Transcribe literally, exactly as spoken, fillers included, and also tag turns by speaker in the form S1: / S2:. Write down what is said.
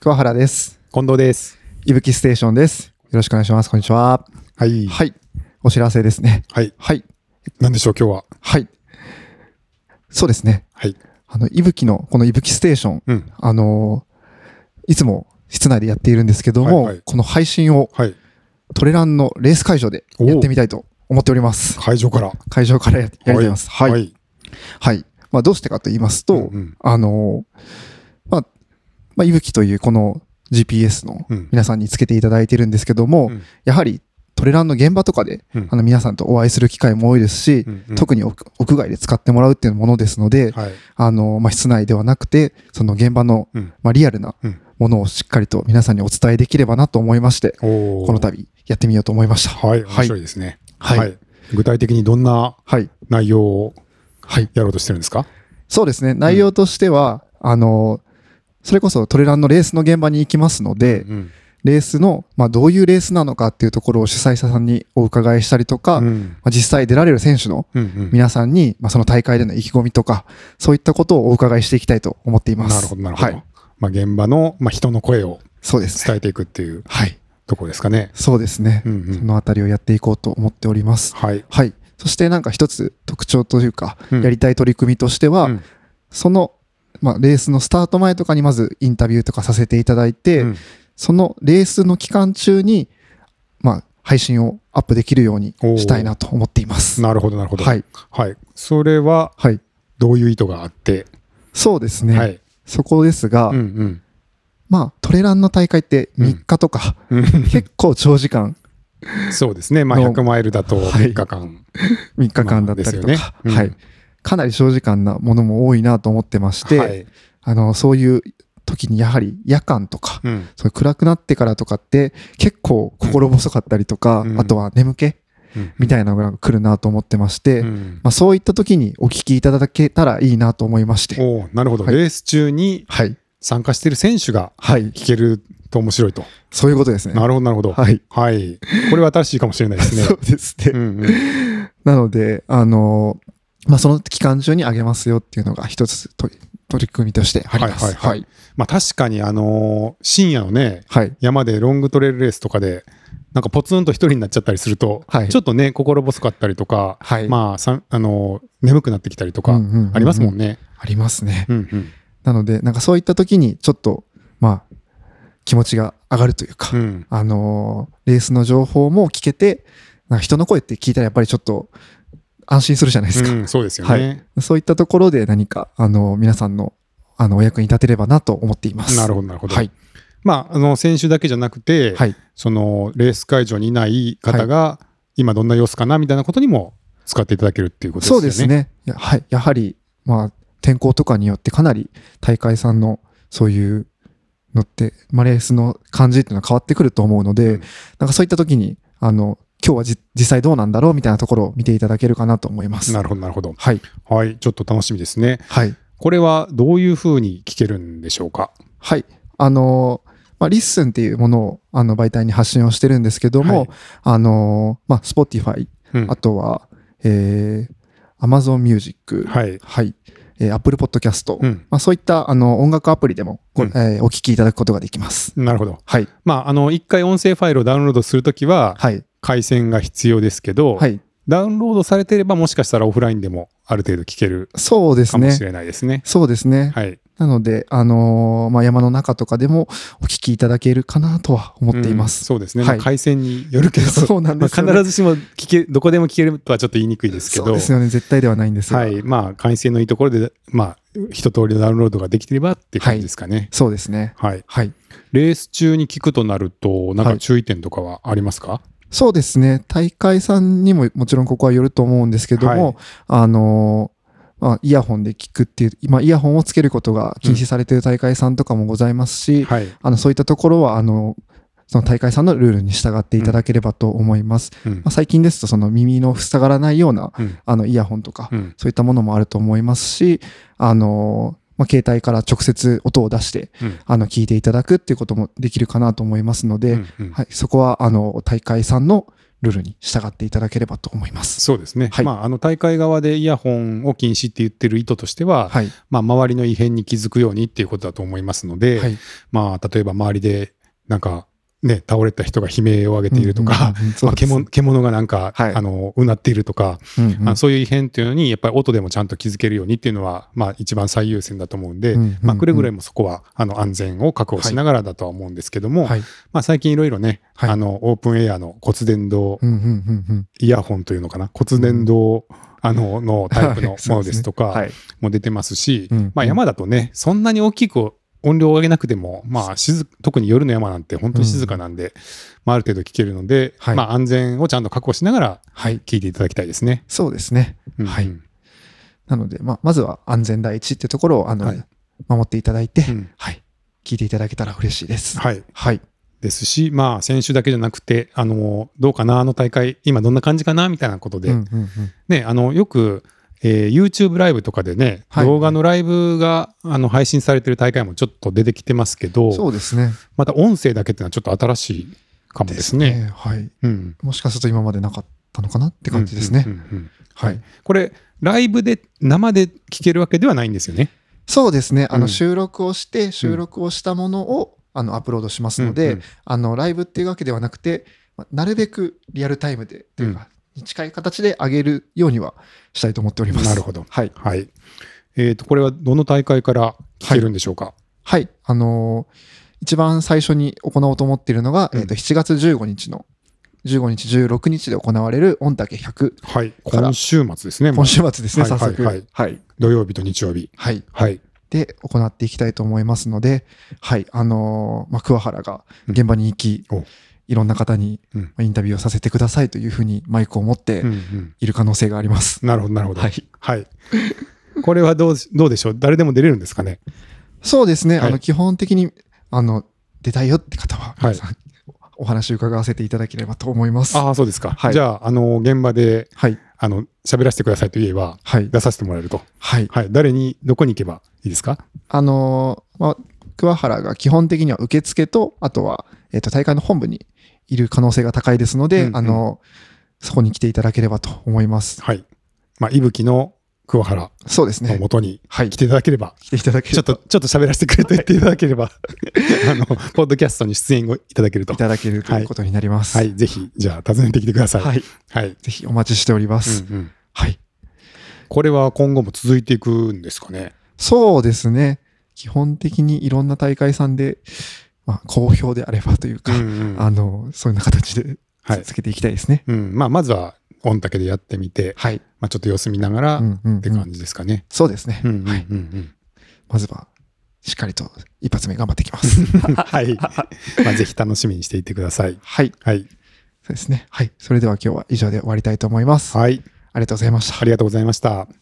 S1: 桑原です。
S2: 近藤です。
S1: いぶきステーションです。よろしくお願いします。こんにちは。
S2: はい。
S1: はい。お知らせですね。
S2: はい。
S1: はい。
S2: 何でしょう、今日は。
S1: はい。そうですね。
S2: はい。
S1: あの、いぶきの、このいぶきステーション、
S2: うん、
S1: あの、いつも室内でやっているんですけども、はいはい、この配信を、はい、トレランのレース会場でやってみたいと思っております。
S2: 会場から
S1: 会場からやりたいます。はい。はい。はい、まあ、どうしてかと言いますと、うんうん、あの、まあ、まあ、いぶきというこの ジーピーエス の皆さんにつけていただいているんですけども、うん、やはりトレランの現場とかで、うん、あの皆さんとお会いする機会も多いですし、うんうん、特に屋外で使ってもらうっていうものですので、はい、あのまあ、室内ではなくてその現場の、うんまあ、リアルなものをしっかりと皆さんにお伝えできればなと思いまして、この度やってみようと思いました。
S2: はい、面白いですね。はいはい、具体的にどんな内容をやろうとしてるんですか？はい、
S1: そうですね、内容としては、うん、あのそれこそトレランのレースの現場に行きますので、うんうん、レースの、まあ、どういうレースなのかっていうところを主催者さんにお伺いしたりとか、うん、まあ、実際出られる選手の皆さんに、まあ、その大会での意気込みとかそういったことをお伺いしていきたいと思っています。
S2: なるほどなるほど、はい、まあ、現場の、まあ、人の声を伝えていくっていう、はい、ところですかね。
S1: そうですね、うんうん、そのあたりをやっていこうと思っております。はい、はい、そしてなんか一つ特徴というか、うん、やりたい取り組みとしては、うん、そのまあ、レースのスタート前とかにまずインタビューとかさせていただいて、うん、そのレースの期間中に、まあ、配信をアップできるようにしたいなと思っています。
S2: なるほどなるほど、はいはい、それはどういう意図があって？はい、
S1: そうですね、はい、そこですが、うんうん、まあ、トレランの大会ってみっかとか、うん、結構長時間
S2: そうですね、まあ、ひゃくマイルだとみっかかん、はい、みっかかん
S1: だったりとか、まあね、うん、はい、かなり長時間なものも多いなと思ってまして、はい、あのそういう時にやはり夜間とか、うん、そういう暗くなってからとかって結構心細かったりとか、うん、あとは眠気、うん、みたいなのが来るなと思ってまして、うん、まあ、そういった時にお聞きいただけたらいいなと思いまして。
S2: おなるほど、はい、レース中に参加している選手が聞けると面白いと、はい、
S1: そういうことですね。
S2: なるほどなるほど、はい、はい、これは新しいかもしれないですね。
S1: そうですね、うんうん、なのであのまあ、その期間中にあげますよっていうのが一つ取り組みとしてあります。はいはいはい、
S2: まあ、確かにあの深夜のね、はい、山でロングトレイルレースとかでなんかポツンと一人になっちゃったりすると、はい、ちょっとね心細かったりとか、はい、まあさあの眠くなってきたりとかありますもんね。
S1: ありますね。うんうん、なのでなんかそういった時にちょっとまあ気持ちが上がるというか、うん、あのレースの情報も聞けて、なんか人の声って聞いたらやっぱりちょっと安心するじゃないですか。うん、
S2: そうですよね、
S1: はい。そういったところで何かあの皆さんのあのお役に立てればなと思っています。
S2: なるほどなるほど。はい、まああの選手だけじゃなくて、はい、そのレース会場にいない方が今どんな様子かなみたいなことにも使っていただけるっていうことですよね。
S1: そうですね。や、はい、やはりまあ天候とかによってかなり大会さんのそういうのって、まあ、レースの感じっていうのは変わってくると思うので、うん、なんかそういった時にあの今日はじ実際どうなんだろうみたいなところを見ていただけるかなと思います。
S2: なるほどなるほど。
S1: はい、
S2: はい、ちょっと楽しみですね。はい、これはどういうふうに聞けるんでしょうか？はい、
S1: あのまあ、リッスンっていうものをあの媒体に発信をしてるんですけども、はい、あのまあ、Spotify、うん、あとは、えー、Amazon Music、はいはいえー、Apple Podcast、うんまあ、そういったあの音楽アプリでも、うんえー、お聞きいただくことができます。
S2: なるほど。はい。まあ、あの、一回音声ファイルをダウンロードするときは、はい、回線が必要ですけど、はい、ダウンロードされていればもしかしたらオフラインでもある程度聞けるかもしれないですね。
S1: そうですね。はい。なので、あのーまあ、山の中とかでもお聞きいただけるかなとは思っています。
S2: うん、そうですね、はいまあ、回線によるけど
S1: そうなんですよね、
S2: まあ、必ずしも聞けどこでも聞けるとはちょっと言いにくいですけど、
S1: そうですよね、絶対ではないんですが、
S2: はいまあ、回線のいいところで、まあ、一通りのダウンロードができていればっていう感じですかね。はい、
S1: そうですね、
S2: はいはい、レース中に聞くとなるとなんか注意点とかはありますか？はい、
S1: そうですね、大会さんにももちろんここはよると思うんですけども、はい、あのーまあ、イヤホンで聞くっていう、今イヤホンをつけることが禁止されている大会さんとかもございますし、うんはい、あのそういったところはあのその大会さんのルールに従っていただければと思います。うんまあ、最近ですとその耳の塞がらないような、うん、あのイヤホンとか、うん、そういったものもあると思いますし、あのまあ、携帯から直接音を出して、うん、あの聞いていただくっていうこともできるかなと思いますので、うんうんはい、そこはあの大会さんのルールに従っていただければと思います。
S2: そうですね。はい、まあ、あの大会側でイヤホンを禁止って言ってる意図としては、はい、まあ、周りの異変に気づくようにっていうことだと思いますので、はい、まあ、例えば周りでなんかね、倒れた人が悲鳴を上げているとか、獣, 獣がなんか、はい、あのうなっているとか、うんうん、あそういう異変っていうのにやっぱり音でもちゃんと気づけるようにっていうのは、まあ、一番最優先だと思うんで、うんうんうん、まあ、くれぐれもそこはあの安全を確保しながらだとは思うんですけども、はい、まあ、最近いろいろね、はい、あのオープンエアの骨伝導、うんうんうんうん、イヤホンというのかな、骨伝導、うん、あののタイプのものですとかも出てますし、はい、まあ、山だとねそんなに大きく音量を上げなくても、まあ、静特に夜の山なんて本当に静かなんで、うん、まあ、ある程度聞けるので、はい、まあ、安全をちゃんと確保しながら聞いていただきたいですね。はい、
S1: そうですね、うんうん、はい。なので、まあ、まずは安全第一っていうところをあの、はい、守っていただいて、うん、はい、聞いていただけたら嬉しいです。
S2: はい、はい、ですし、まあ、選手だけじゃなくて、あのどうかな、あの大会今どんな感じかなみたいなことで、うんうんうん、ね、あのよくえー、YouTube ライブとかでね、はい、動画のライブがあの配信されてる大会もちょっと出てきてますけど、
S1: そうですね。
S2: また音声だけっていうのはちょっと新しいかもですね。ですね、
S1: はい、うん。もしかすると今までなかったのかなって感じですね。
S2: はい。これライブで生で聞けるわけではないんですよね。
S1: そうですね。あの収録をして、うん、収録をしたものをあのアップロードしますので、うんうん、あのライブっていうわけではなくて、なるべくリアルタイムでというか。うんに近い形で上げるようにはしたいと思っております。
S2: なるほど。はい。はい。えっと、これはどの大会から聞けるんでしょうか？はい。
S1: はい、あのー、一番最初に行おうと思っているのが、うん、えっと、しちがつじゅうごにちの、じゅうごにち、じゅうろくにちで行われる御嶽ひゃく。
S2: はい。今週末ですね。
S1: 今週末ですね、早速。
S2: はい、はいはい。土曜日と日曜日。
S1: はい。はい。で、行っていきたいと思いますので、はい。あのー、まあ、桑原が現場に行き、うんいろんな方にインタビューをさせてくださいというふうにマイクを持っている可能性があります。
S2: うんうん、なるほど、なるほど。はい。はい。これはどう、どうでしょう？誰でも出れるんですかね？
S1: そうですね。はい、あの、基本的に、あの、出たいよって方は、皆さん、はい、お話を伺わせていただければと思います。
S2: ああ、そうですか。はい、じゃあ、あの、現場で、はい、あの、喋らせてくださいと言えば、はい、出させてもらえると。はい。はい。誰に、どこに行けばいいですか？
S1: あの、まあ、桑原が基本的には受付と、あとは、えっと、大会の本部にいる可能性が高いですので、うんうん、あの、そこに来ていただければと思います。
S2: はい。まあ、いぶきの桑原
S1: そうですね。
S2: の元に来ていただければ、
S1: はい、来ていただければ。
S2: ちょっと、ちょっと喋らせてくれと言っていただければ、あの、ポッドキャストに出演をいただけると。
S1: いただけるということになります。
S2: はい。はい、ぜひ、じゃあ、訪ねてきてください。はい。はい。
S1: ぜひお待ちしております。うんうん、はい。
S2: これは今後も続いていくんですかね？
S1: そうですね。基本的にいろんな大会さんで、まあ、好評であればというか、うんうん、あの、そういうような形で続けていきたいですね。
S2: はい、うん。まあ、まずは、御嶽でやってみて、はい。まあ、ちょっと様子見ながら、って感じですかね。
S1: そうですね。はい。まずは、しっかりと一発目頑張っていきます。
S2: はい。まあ、ぜひ楽しみにしていてください。
S1: はい。はい。そうですね。はい。それでは今日は以上で終わりたいと思います。はい。ありがとうございました。
S2: ありがとうございました。